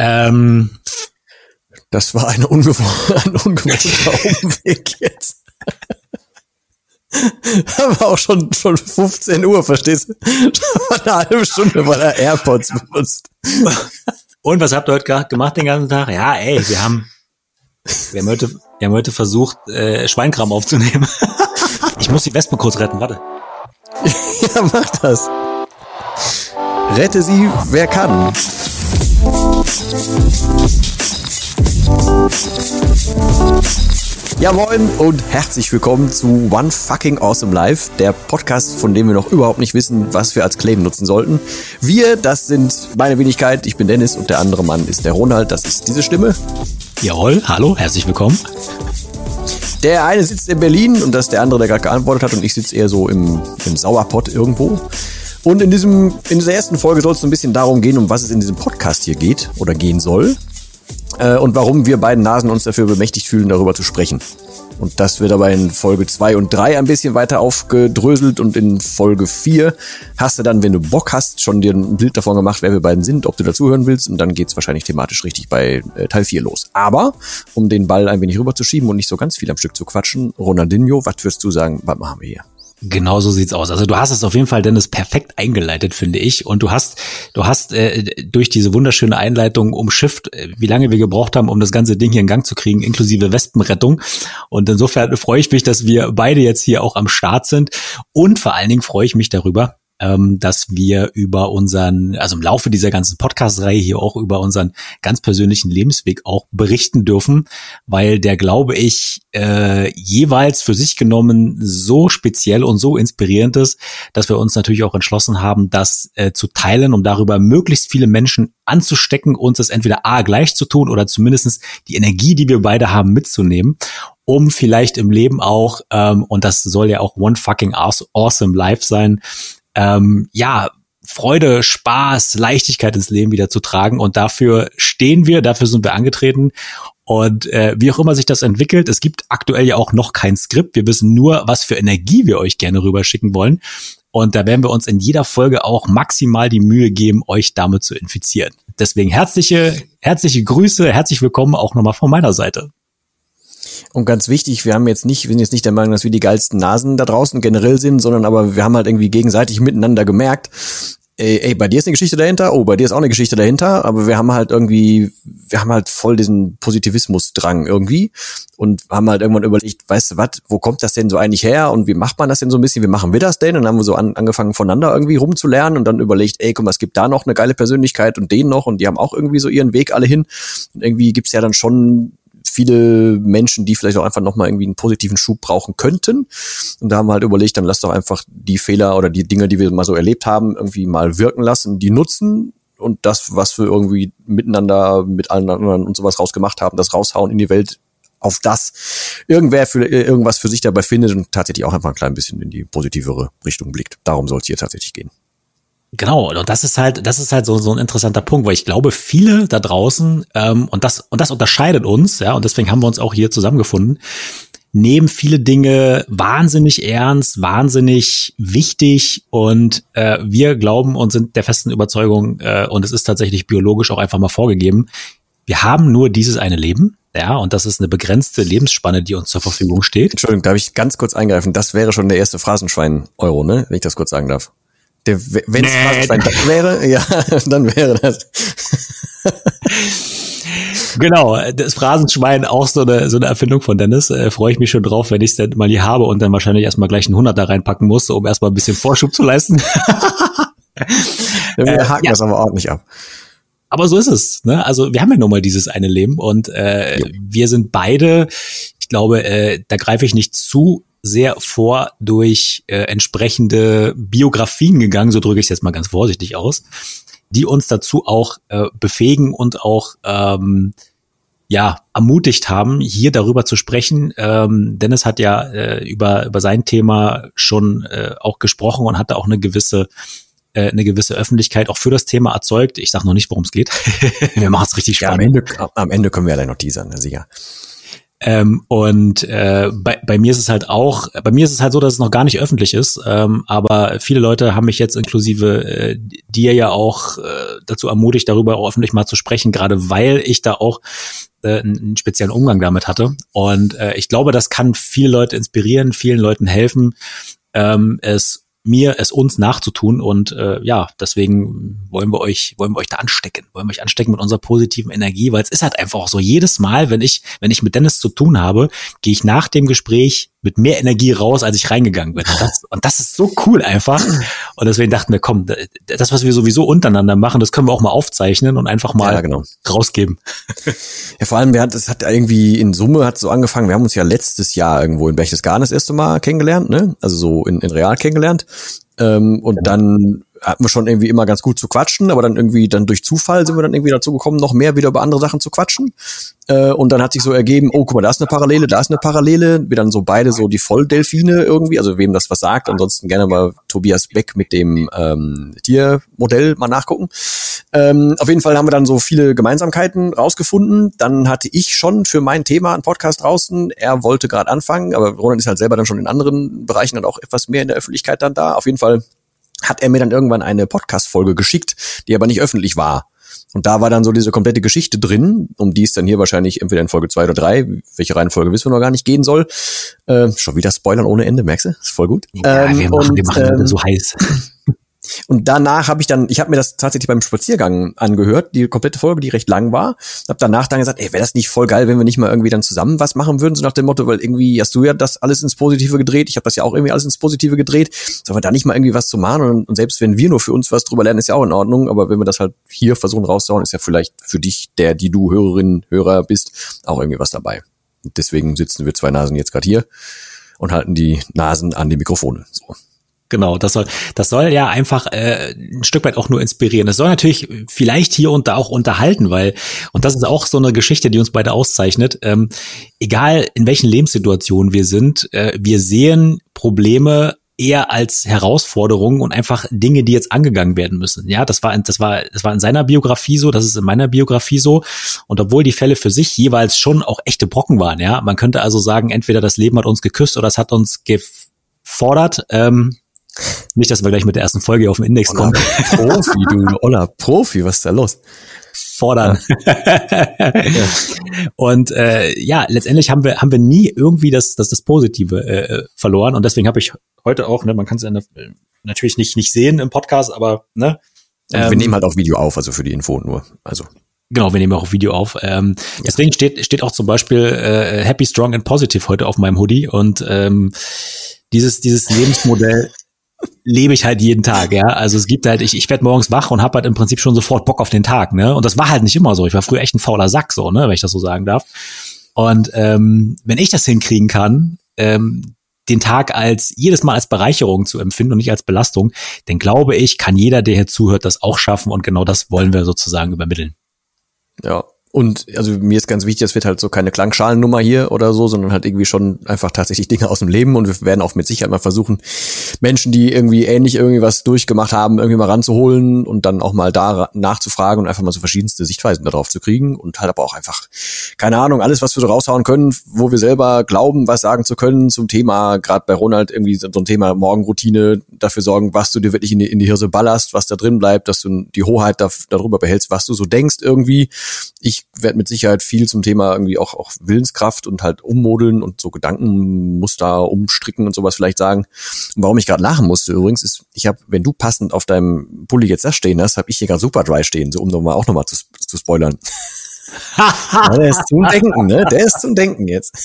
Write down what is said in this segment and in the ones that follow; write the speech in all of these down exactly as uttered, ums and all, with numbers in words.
Ähm, das war eine ungewohnte, ein ungewohnter Umweg jetzt. Aber auch schon, schon fünfzehn Uhr, verstehst du? Schon eine halbe Stunde, weil er AirPods benutzt. Und was habt ihr heute gerade gemacht den ganzen Tag? Ja, ey, wir haben, wir haben heute, wir haben heute versucht, äh, Schweinkram aufzunehmen. Ich muss die Wespe kurz retten, warte. Ja, mach das. Rette sie, wer kann. Ja, moin und herzlich willkommen zu One Fucking Awesome Life, der Podcast, von dem wir noch überhaupt nicht wissen, was wir als Claim nutzen sollten. Wir, das sind meine Wenigkeit, ich bin Dennis und der andere Mann ist der Ronald, das ist diese Stimme. Jawohl, hallo, herzlich willkommen. Der eine sitzt in Berlin und das ist der andere, der gerade geantwortet hat und ich sitze eher so im, im Sauerpott irgendwo. Und in diesem, in dieser ersten Folge soll es so ein bisschen darum gehen, um was es in diesem Podcast hier geht oder gehen soll. Äh, und warum wir beiden Nasen uns dafür bemächtigt fühlen, darüber zu sprechen. Und das wird aber in Folge zwei und drei ein bisschen weiter aufgedröselt und in Folge vier hast du dann, wenn du Bock hast, schon dir ein Bild davon gemacht, wer wir beiden sind, ob du dazuhören willst und dann geht's wahrscheinlich thematisch richtig bei äh, Teil vier los. Aber, um den Ball ein wenig rüberzuschieben und nicht so ganz viel am Stück zu quatschen, Ronaldinho, was würdest du sagen, was machen wir hier? Genau so sieht's aus. Also du hast es auf jeden Fall, Dennis, perfekt eingeleitet, finde ich. Und du hast, du hast äh, durch diese wunderschöne Einleitung umschifft, äh, wie lange wir gebraucht haben, um das ganze Ding hier in Gang zu kriegen, inklusive Wespenrettung. Und insofern freue ich mich, dass wir beide jetzt hier auch am Start sind. Und vor allen Dingen freue ich mich darüber, ähm, dass wir über unseren, also im Laufe dieser ganzen Podcast-Reihe hier auch über unseren ganz persönlichen Lebensweg auch berichten dürfen, weil der, glaube ich, äh, jeweils für sich genommen so speziell und so inspirierend ist, dass wir uns natürlich auch entschlossen haben, das äh, zu teilen, um darüber möglichst viele Menschen anzustecken, uns das entweder A gleich zu tun oder zumindest die Energie, die wir beide haben, mitzunehmen, um vielleicht im Leben auch, ähm, und das soll ja auch One Fucking Awesome Life sein, ähm, ja, Freude, Spaß, Leichtigkeit ins Leben wieder zu tragen. Und dafür stehen wir, dafür sind wir angetreten. Und äh, wie auch immer sich das entwickelt, es gibt aktuell ja auch noch kein Skript. Wir wissen nur, was für Energie wir euch gerne rüberschicken wollen. Und da werden wir uns in jeder Folge auch maximal die Mühe geben, euch damit zu infizieren. Deswegen herzliche, herzliche Grüße, herzlich willkommen auch nochmal von meiner Seite. Und ganz wichtig, wir haben jetzt nicht, wir sind jetzt nicht der Meinung, dass wir die geilsten Nasen da draußen generell sind, sondern aber wir haben halt irgendwie gegenseitig miteinander gemerkt, ey, ey, bei dir ist eine Geschichte dahinter, oh, bei dir ist auch eine Geschichte dahinter, aber wir haben halt irgendwie, wir haben halt voll diesen Positivismusdrang irgendwie und haben halt irgendwann überlegt, weißt du was, wo kommt das denn so eigentlich her und wie macht man das denn so ein bisschen, wie machen wir das denn? Und dann haben wir so an, angefangen voneinander irgendwie rumzulernen und dann überlegt, ey, guck mal, es gibt da noch eine geile Persönlichkeit und den noch und die haben auch irgendwie so ihren Weg alle hin und irgendwie gibt's ja dann schon viele Menschen, die vielleicht auch einfach nochmal irgendwie einen positiven Schub brauchen könnten. Und da haben wir halt überlegt, dann lass doch einfach die Fehler oder die Dinge, die wir mal so erlebt haben, irgendwie mal wirken lassen, die nutzen und das, was wir irgendwie miteinander, mit allen anderen und sowas rausgemacht haben, das raushauen in die Welt, auf das irgendwer für irgendwas für sich dabei findet und tatsächlich auch einfach ein klein bisschen in die positivere Richtung blickt. Darum soll es hier tatsächlich gehen. Genau, und das ist halt, das ist halt so so ein interessanter Punkt, weil ich glaube, viele da draußen ähm, und das und das unterscheidet uns, ja, und deswegen haben wir uns auch hier zusammengefunden, nehmen viele Dinge wahnsinnig ernst, wahnsinnig wichtig und äh, wir glauben und sind der festen Überzeugung äh, und es ist tatsächlich biologisch auch einfach mal vorgegeben, wir haben nur dieses eine Leben. Ja, und das ist eine begrenzte Lebensspanne, die uns zur Verfügung steht. Entschuldigung, darf ich ganz kurz eingreifen? Das wäre schon der erste Phrasenschwein-Euro, ne? Wenn ich das kurz sagen darf. Der, wenn es nee. Phrasenschwein wäre, ja, dann wäre das. Genau, das Phrasenschwein auch so eine so eine Erfindung von Dennis. Äh, freue ich mich schon drauf, wenn ich es dann mal hier habe und dann wahrscheinlich erstmal gleich einen Hunderter reinpacken muss, um erstmal ein bisschen Vorschub zu leisten. Wir äh, haken ja. das aber ordentlich ab. Aber so ist es, ne? Also wir haben ja nun mal dieses eine Leben und äh, ja. wir sind beide, ich glaube, äh, da greife ich nicht zu sehr vor durch äh, entsprechende Biografien gegangen, so drücke ich es jetzt mal ganz vorsichtig aus, die uns dazu auch äh, befähigen und auch ähm, ja ermutigt haben, hier darüber zu sprechen. Ähm, Dennis hat ja äh, über über sein Thema schon äh, auch gesprochen und hatte auch eine gewisse äh, eine gewisse Öffentlichkeit auch für das Thema erzeugt. Ich sage noch nicht, worum es geht. Wir machen es richtig spannend. Ja, am Ende, am Ende können wir ja noch teasern, sicher. Ähm, und äh, bei, bei mir ist es halt auch, bei mir ist es halt so, dass es noch gar nicht öffentlich ist, ähm, aber viele Leute haben mich jetzt inklusive äh, dir ja auch äh, dazu ermutigt, darüber auch öffentlich mal zu sprechen, gerade weil ich da auch äh, einen speziellen Umgang damit hatte. Und äh, ich glaube, das kann viele Leute inspirieren, vielen Leuten helfen, ähm, es mir, es uns nachzutun und äh, ja, deswegen wollen wir euch, wollen wir euch da anstecken, wollen wir euch anstecken mit unserer positiven Energie, weil es ist halt einfach auch so, jedes Mal, wenn ich, wenn ich mit Dennis zu tun habe, gehe ich nach dem Gespräch mit mehr Energie raus, als ich reingegangen bin. Und das, und das ist so cool einfach. Und deswegen dachten wir, komm, das, was wir sowieso untereinander machen, das können wir auch mal aufzeichnen und einfach mal ja, genau. rausgeben. Ja, vor allem, wir hat, es hat irgendwie in Summe hat so angefangen, wir haben uns ja letztes Jahr irgendwo in Berchtesgaden das erste Mal kennengelernt, ne? Also so in, in real kennengelernt. Ähm, und genau. Dann hatten wir schon irgendwie immer ganz gut zu quatschen, aber dann irgendwie dann durch Zufall sind wir dann irgendwie dazu gekommen, noch mehr wieder über andere Sachen zu quatschen. Äh, und dann hat sich so ergeben, oh, guck mal, da ist eine Parallele, da ist eine Parallele. Wir dann so beide so die Volldelfine irgendwie, also wem das was sagt, ansonsten gerne mal Tobias Beck mit dem ähm, Tiermodell mal nachgucken. Ähm, auf jeden Fall haben wir dann so viele Gemeinsamkeiten rausgefunden. Dann hatte ich schon für mein Thema einen Podcast draußen. Er wollte gerade anfangen, aber Roland ist halt selber dann schon in anderen Bereichen dann auch etwas mehr in der Öffentlichkeit dann da. Auf jeden Fall hat er mir dann irgendwann eine Podcast-Folge geschickt, die aber nicht öffentlich war. Und da war dann so diese komplette Geschichte drin, um die es dann hier wahrscheinlich entweder in Folge zwei oder drei, welche Reihenfolge wissen wir noch gar nicht, gehen soll. Äh, schon wieder Spoilern ohne Ende, merkst du? Ist voll gut. Ja, ähm, wir machen, und, wir machen ähm, so heiß. Und danach habe ich dann, ich habe mir das tatsächlich beim Spaziergang angehört, die komplette Folge, die recht lang war. Habe danach dann gesagt, ey, wäre das nicht voll geil, wenn wir nicht mal irgendwie dann zusammen was machen würden, so nach dem Motto, weil irgendwie hast du ja das alles ins Positive gedreht, ich habe das ja auch irgendwie alles ins Positive gedreht. Sollen wir da nicht mal irgendwie was zu machen? Und, und selbst wenn wir nur für uns was drüber lernen, ist ja auch in Ordnung. Aber wenn wir das halt hier versuchen rauszuhauen, ist ja vielleicht für dich, der, die du Hörerin, Hörer bist, auch irgendwie was dabei. Und deswegen sitzen wir zwei Nasen jetzt gerade hier und halten die Nasen an die Mikrofone. So. Genau, das soll, das soll ja einfach äh, ein Stück weit auch nur inspirieren. Das soll natürlich vielleicht hier und da auch unterhalten, weil, und das ist auch so eine Geschichte, die uns beide auszeichnet, ähm, egal in welchen Lebenssituationen wir sind, äh, wir sehen Probleme eher als Herausforderungen und einfach Dinge, die jetzt angegangen werden müssen. Ja, das war, das war, das war in seiner Biografie so, das ist in meiner Biografie so. Und obwohl die Fälle für sich jeweils schon auch echte Brocken waren, ja, man könnte also sagen, entweder das Leben hat uns geküsst oder es hat uns gefordert. Ähm, Nicht, dass wir gleich mit der ersten Folge auf den Index Ola, kommen. Profi, du Ola, Profi, was ist da los? Fordern. Ja. Und äh, ja, letztendlich haben wir haben wir nie irgendwie das das das Positive äh, verloren und deswegen habe ich heute auch, ne, man kann es ja natürlich nicht nicht sehen im Podcast, aber ne. Ähm, wir nehmen halt auch Video auf, also für die Info nur, also. Genau, wir nehmen auch Video auf. Ähm, ja. Deswegen steht steht auch zum Beispiel äh, Happy, Strong and Positive heute auf meinem Hoodie und ähm, dieses dieses Lebensmodell lebe ich halt jeden Tag, ja. Also es gibt halt, ich, ich werde morgens wach und habe halt im Prinzip schon sofort Bock auf den Tag, ne? Und das war halt nicht immer so. Ich war früher echt ein fauler Sack, so, ne, wenn ich das so sagen darf. Und ähm, wenn ich das hinkriegen kann, ähm, den Tag als jedes Mal als Bereicherung zu empfinden und nicht als Belastung, dann glaube ich, kann jeder, der hier zuhört, das auch schaffen und genau das wollen wir sozusagen übermitteln. Ja. Und also mir ist ganz wichtig, es wird halt so keine Klangschalennummer hier oder so, sondern halt irgendwie schon einfach tatsächlich Dinge aus dem Leben und wir werden auch mit Sicherheit mal versuchen, Menschen, die irgendwie ähnlich irgendwie was durchgemacht haben, irgendwie mal ranzuholen und dann auch mal da nachzufragen und einfach mal so verschiedenste Sichtweisen darauf zu kriegen und halt aber auch einfach, keine Ahnung, alles, was wir so raushauen können, wo wir selber glauben, was sagen zu können zum Thema, gerade bei Ronald irgendwie so ein Thema Morgenroutine, dafür sorgen, was du dir wirklich in die, in die Hirse ballerst, was da drin bleibt, dass du die Hoheit da, darüber behältst, was du so denkst irgendwie. Ich werde mit Sicherheit viel zum Thema irgendwie auch, auch Willenskraft und halt ummodeln und so Gedankenmuster umstricken und sowas vielleicht sagen. Und warum ich gerade lachen musste übrigens ist, ich habe, wenn du passend auf deinem Pulli jetzt das stehen hast, habe ich hier gerade Superdry stehen, so um nochmal auch nochmal zu, zu spoilern. Ja, der ist zum Denken, ne? Der ist zum Denken jetzt.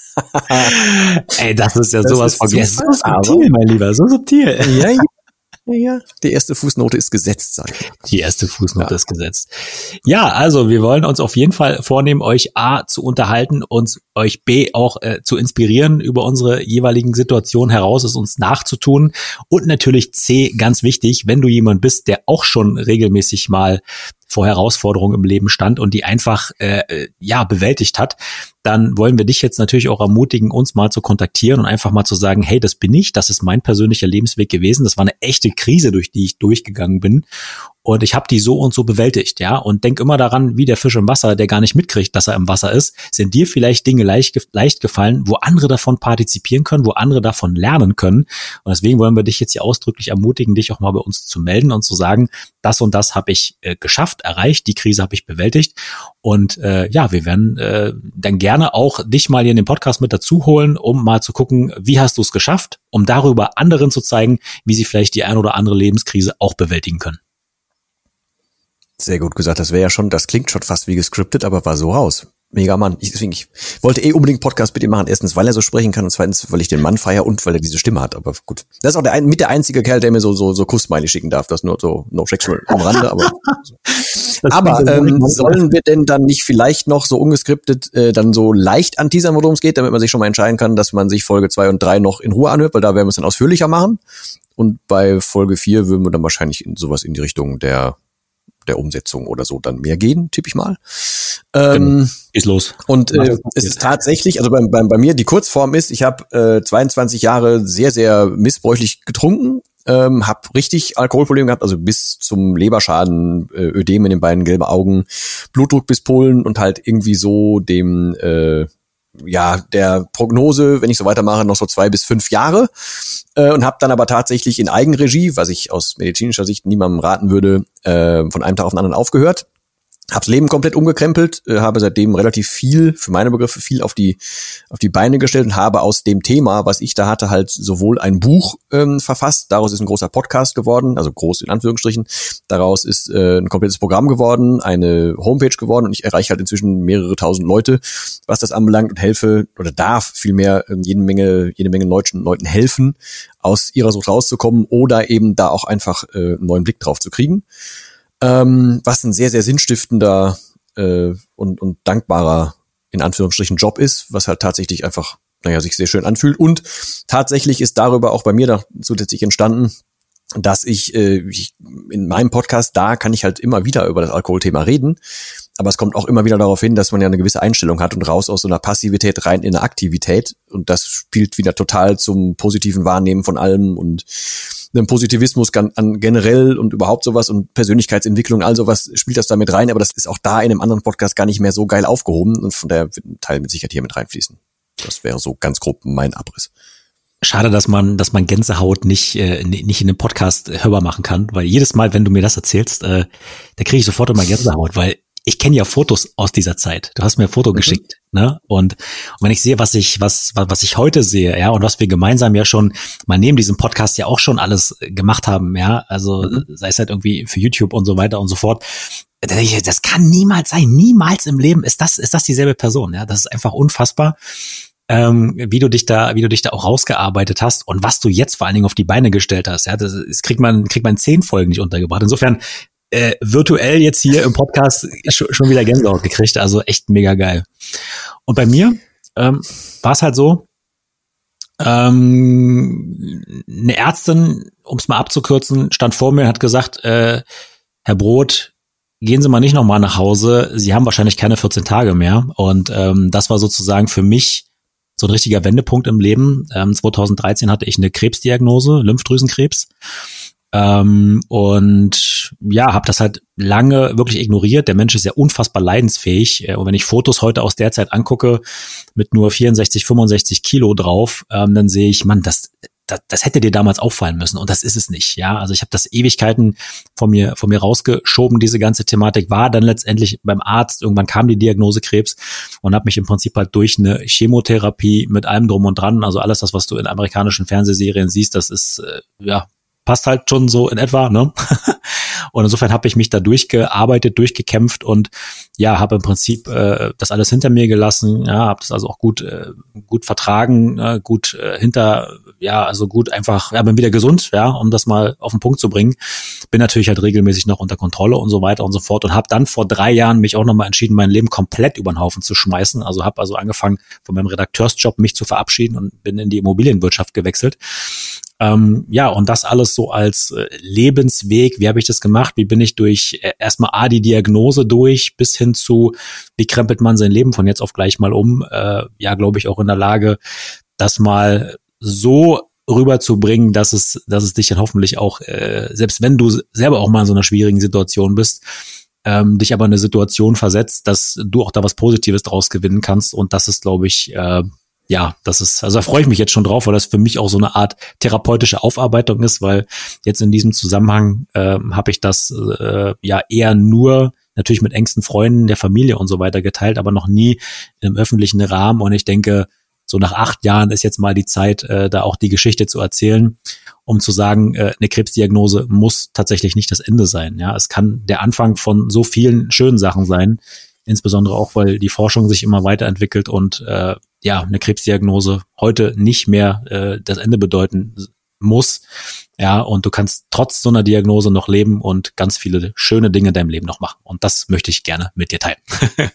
Ey, das ist ja das sowas ist von super, so subtil, mein Lieber, so subtil. Ja, ja. Ja, ja, die erste Fußnote ist gesetzt, sag ich. Die erste Fußnote ja. ist gesetzt. Ja, also wir wollen uns auf jeden Fall vornehmen, euch A zu unterhalten und euch B auch äh, zu inspirieren, über unsere jeweiligen Situationen heraus es uns nachzutun und natürlich C, ganz wichtig, wenn du jemand bist, der auch schon regelmäßig mal vor Herausforderungen im Leben stand und die einfach äh, ja bewältigt hat, dann wollen wir dich jetzt natürlich auch ermutigen, uns mal zu kontaktieren und einfach mal zu sagen, hey, das bin ich, das ist mein persönlicher Lebensweg gewesen, das war eine echte Krise, durch die ich durchgegangen bin und ich habe die so und so bewältigt, ja, und denk immer daran, wie der Fisch im Wasser, der gar nicht mitkriegt, dass er im Wasser ist, sind dir vielleicht Dinge leicht, leicht gefallen, wo andere davon partizipieren können, wo andere davon lernen können. Und deswegen wollen wir dich jetzt hier ausdrücklich ermutigen, dich auch mal bei uns zu melden und zu sagen, das und das habe ich äh, geschafft, erreicht, die Krise habe ich bewältigt. Und äh, ja, wir werden äh, dann gerne auch dich mal hier in den Podcast mit dazu holen, um mal zu gucken, wie hast du es geschafft, um darüber anderen zu zeigen, wie sie vielleicht die ein oder andere Lebenskrise auch bewältigen können. Sehr gut gesagt, das wäre ja schon, das klingt schon fast wie gescriptet, aber war so raus. Mega Mann. Ich, deswegen, ich wollte eh unbedingt Podcast mit ihm machen. Erstens, weil er so sprechen kann und zweitens, weil ich den Mann feiere und weil er diese Stimme hat. Aber gut. Das ist auch der ein, mit der einzige Kerl, der mir so so so Kuss-Smiley schicken darf. Das nur so no sexual am Rande. Aber, aber ähm, sollen wir denn dann nicht vielleicht noch so ungeskriptet äh, dann so leicht anteasern, worum es geht, damit man sich schon mal entscheiden kann, dass man sich Folge zwei und drei noch in Ruhe anhört, weil da werden wir es dann ausführlicher machen. Und bei Folge vier würden wir dann wahrscheinlich in sowas in die Richtung der der Umsetzung oder so dann mehr gehen, tippe ich mal. Ähm, ist los. Und äh, es ist tatsächlich, also bei, bei, bei mir, die Kurzform ist, ich habe äh, zweiundzwanzig Jahre sehr, sehr missbräuchlich getrunken, ähm, habe richtig Alkoholprobleme gehabt, also bis zum Leberschaden, äh, Ödem in den beiden, gelbe Augen, Blutdruck bis Polen und halt irgendwie so dem, äh, ja, der Prognose, wenn ich so weitermache, noch so zwei bis fünf Jahre. Äh, und habe dann aber tatsächlich in Eigenregie, was ich aus medizinischer Sicht niemandem raten würde, äh, von einem Tag auf den anderen aufgehört. Hab's Leben komplett umgekrempelt, äh, habe seitdem relativ viel, für meine Begriffe, viel auf die auf die Beine gestellt und habe aus dem Thema, was ich da hatte, halt sowohl ein Buch ähm, verfasst, daraus ist ein großer Podcast geworden, also groß in Anführungsstrichen, daraus ist äh, ein komplettes Programm geworden, eine Homepage geworden und ich erreiche halt inzwischen mehrere tausend Leute, was das anbelangt und helfe oder darf vielmehr ähm, jede Menge jede Menge Leuten, Leuten helfen, aus ihrer Sucht rauszukommen oder eben da auch einfach äh, einen neuen Blick drauf zu kriegen. Ähm, was ein sehr, sehr sinnstiftender äh, und, und dankbarer, in Anführungsstrichen, Job ist, was halt tatsächlich einfach, naja, sich sehr schön anfühlt. Und tatsächlich ist darüber auch bei mir da zusätzlich entstanden, dass ich, äh, ich in meinem Podcast, da kann ich halt immer wieder über das Alkoholthema reden, aber es kommt auch immer wieder darauf hin, dass man ja eine gewisse Einstellung hat und raus aus so einer Passivität rein in eine Aktivität und das spielt wieder total zum positiven Wahrnehmen von allem und einem Positivismus an generell und überhaupt sowas und Persönlichkeitsentwicklung, all sowas spielt das da mit rein, aber das ist auch da in einem anderen Podcast gar nicht mehr so geil aufgehoben und von daher wird ein Teil mit Sicherheit hier mit reinfließen. Das wäre so ganz grob mein Abriss. Schade, dass man, dass man Gänsehaut nicht, äh, nicht in einem Podcast hörbar machen kann, weil jedes Mal, wenn du mir das erzählst, äh, da kriege ich sofort immer Gänsehaut, weil ich kenne ja Fotos aus dieser Zeit. Du hast mir ein Foto mhm. geschickt, ne? Und, und wenn ich sehe, was ich, was, was ich heute sehe, ja, und was wir gemeinsam ja schon mal neben diesem Podcast ja auch schon alles gemacht haben, ja, also mhm. sei es halt irgendwie für YouTube und so weiter und so fort. Das kann niemals sein, niemals im Leben ist das, ist das dieselbe Person, ja. Das ist einfach unfassbar. Ähm, wie du dich da, wie du dich da auch rausgearbeitet hast und was du jetzt vor allen Dingen auf die Beine gestellt hast, ja, das, das kriegt man, kriegt man in zehn Folgen nicht untergebracht. Insofern äh, virtuell jetzt hier im Podcast schon, schon wieder Gänsehaut gekriegt, also echt mega geil. Und bei mir ähm, war es halt so, ähm, eine Ärztin, um es mal abzukürzen, stand vor mir und hat gesagt, äh, Herr Brot, gehen Sie mal nicht nochmal nach Hause, Sie haben wahrscheinlich keine vierzehn Tage mehr. Und ähm, das war sozusagen für mich so ein richtiger Wendepunkt im Leben. Ähm, zweitausenddreizehn hatte ich eine Krebsdiagnose, Lymphdrüsenkrebs. Ähm, und ja, habe das halt lange wirklich ignoriert. Der Mensch ist ja unfassbar leidensfähig. Und wenn ich Fotos heute aus der Zeit angucke, mit nur vierundsechzig, fünfundsechzig Kilo drauf, ähm, dann sehe ich, Mann, das Das, das hätte dir damals auffallen müssen und das ist es nicht, ja. Also ich habe das Ewigkeiten von mir von mir rausgeschoben, diese ganze Thematik, war dann letztendlich beim Arzt, irgendwann kam die Diagnose Krebs und habe mich im Prinzip halt durch eine Chemotherapie mit allem drum und dran, also alles das, was du in amerikanischen Fernsehserien siehst, das ist, äh, ja, passt halt schon so in etwa, ne? Und insofern habe ich mich da durchgearbeitet, durchgekämpft und ja, habe im Prinzip äh, das alles hinter mir gelassen, ja, habe das also auch gut äh, gut vertragen, äh, gut äh, hinter, ja, also gut einfach, ja, bin wieder gesund, ja, um das mal auf den Punkt zu bringen. Bin natürlich halt regelmäßig noch unter Kontrolle und so weiter und so fort und habe dann vor drei Jahren mich auch nochmal entschieden, mein Leben komplett über den Haufen zu schmeißen. Also habe also angefangen, von meinem Redakteursjob mich zu verabschieden und bin in die Immobilienwirtschaft gewechselt. Ähm, ja, und das alles so als äh, Lebensweg. Wie habe ich das gemacht? Wie bin ich durch äh, erstmal A, die Diagnose durch, bis hin zu, wie krempelt man sein Leben von jetzt auf gleich mal um? Äh, ja, glaube ich, auch in der Lage, das mal so rüberzubringen, dass es, dass es dich dann hoffentlich auch, äh, selbst wenn du selber auch mal in so einer schwierigen Situation bist, ähm, dich aber in eine Situation versetzt, dass du auch da was Positives draus gewinnen kannst. Und das ist, glaube ich, äh, ja, das ist, also da freue ich mich jetzt schon drauf, weil das für mich auch so eine Art therapeutische Aufarbeitung ist, weil jetzt in diesem Zusammenhang äh, habe ich das äh, ja eher nur natürlich mit engsten Freunden, der Familie und so weiter geteilt, aber noch nie im öffentlichen Rahmen. Und ich denke, so nach acht Jahren ist jetzt mal die Zeit, äh, da auch die Geschichte zu erzählen, um zu sagen, äh, eine Krebsdiagnose muss tatsächlich nicht das Ende sein. Ja, es kann der Anfang von so vielen schönen Sachen sein, insbesondere auch, weil die Forschung sich immer weiterentwickelt und äh, ja, eine Krebsdiagnose heute nicht mehr äh, das Ende bedeuten muss. Ja, und du kannst trotz so einer Diagnose noch leben und ganz viele schöne Dinge in deinem Leben noch machen. Und das möchte ich gerne mit dir teilen.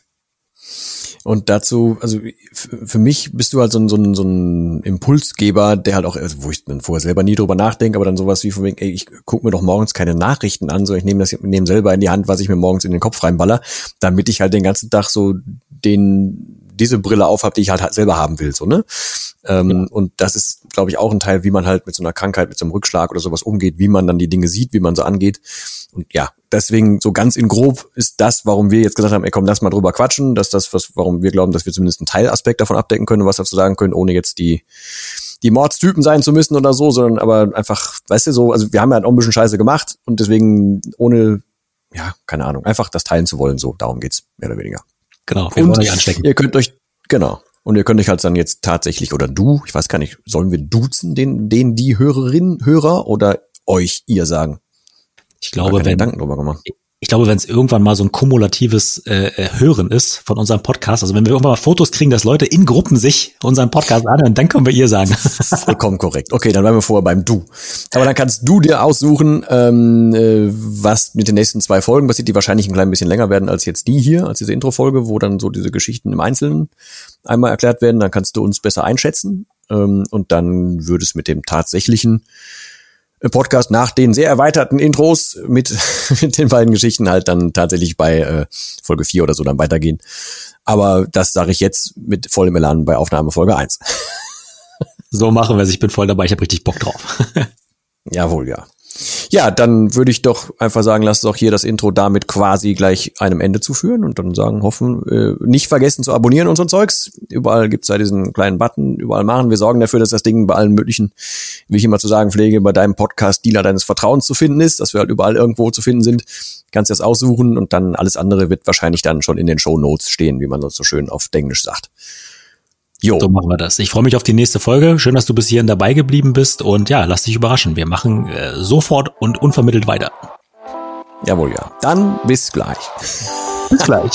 Und dazu, also für mich bist du halt so ein, so ein, so ein Impulsgeber, der halt auch, also wo ich dann vorher selber nie drüber nachdenke, aber dann sowas wie von wegen, ey, ich gucke mir doch morgens keine Nachrichten an, sondern ich nehme das, nehme selber in die Hand, was ich mir morgens in den Kopf reinballer, damit ich halt den ganzen Tag so den diese Brille auf habe, die ich halt, halt selber haben will, so, ne? Ähm, ja. Und das ist, glaube ich, auch ein Teil, wie man halt mit so einer Krankheit, mit so einem Rückschlag oder sowas umgeht, wie man dann die Dinge sieht, wie man so angeht. Und ja, deswegen so ganz in grob ist das, warum wir jetzt gesagt haben, ey, komm, lass mal drüber quatschen, dass das, was, warum wir glauben, dass wir zumindest einen Teilaspekt davon abdecken können, was dazu sagen können, ohne jetzt die die Mordstypen sein zu müssen oder so, sondern aber einfach, weißt du, so, also wir haben ja halt auch ein bisschen Scheiße gemacht und deswegen ohne, ja, keine Ahnung, einfach das teilen zu wollen, so, darum geht's, mehr oder weniger. Genau, wir wollen euch anstecken. Ihr könnt euch, genau, und ihr könnt euch halt dann jetzt tatsächlich, oder du, ich weiß gar nicht, sollen wir duzen, den, den, die Hörerinnen, Hörer oder euch, ihr sagen? Ich glaube, wenn, Gedanken drüber gemacht. ich glaube, wenn es irgendwann mal so ein kumulatives äh, Hören ist von unserem Podcast, also wenn wir irgendwann mal Fotos kriegen, dass Leute in Gruppen sich unseren Podcast anhören, dann können wir ihr sagen. Vollkommen korrekt. Okay, dann bleiben wir vorher beim Du. Aber dann kannst du dir aussuchen, ähm, äh, was mit den nächsten zwei Folgen passiert, die wahrscheinlich ein klein bisschen länger werden als jetzt die hier, als diese Intro-Folge, wo dann so diese Geschichten im Einzelnen einmal erklärt werden. Dann kannst du uns besser einschätzen ähm, und dann würde es mit dem tatsächlichen Podcast nach den sehr erweiterten Intros mit mit den beiden Geschichten halt dann tatsächlich bei äh, Folge vier oder so dann weitergehen. Aber das sage ich jetzt mit vollem Elan bei Aufnahme Folge eins. So machen wir es. Ich bin voll dabei. Ich habe richtig Bock drauf. Jawohl, ja. Ja, dann würde ich doch einfach sagen, lasst doch hier das Intro damit quasi gleich einem Ende zuführen und dann sagen, hoffen, äh, nicht vergessen zu abonnieren und so Zeugs. Überall gibt's da diesen kleinen Button, überall machen. Wir sorgen dafür, dass das Ding bei allen möglichen, wie ich immer zu sagen pflege, bei deinem Podcast-Dealer deines Vertrauens zu finden ist, dass wir halt überall irgendwo zu finden sind. Kannst das aussuchen und dann alles andere wird wahrscheinlich dann schon in den Shownotes stehen, wie man das so schön auf Englisch sagt. Jo. So machen wir das. Ich freue mich auf die nächste Folge. Schön, dass du bis hierhin dabei geblieben bist. Und ja, lass dich überraschen. Wir machen äh, sofort und unvermittelt weiter. Jawohl, ja. Dann bis gleich. Bis gleich.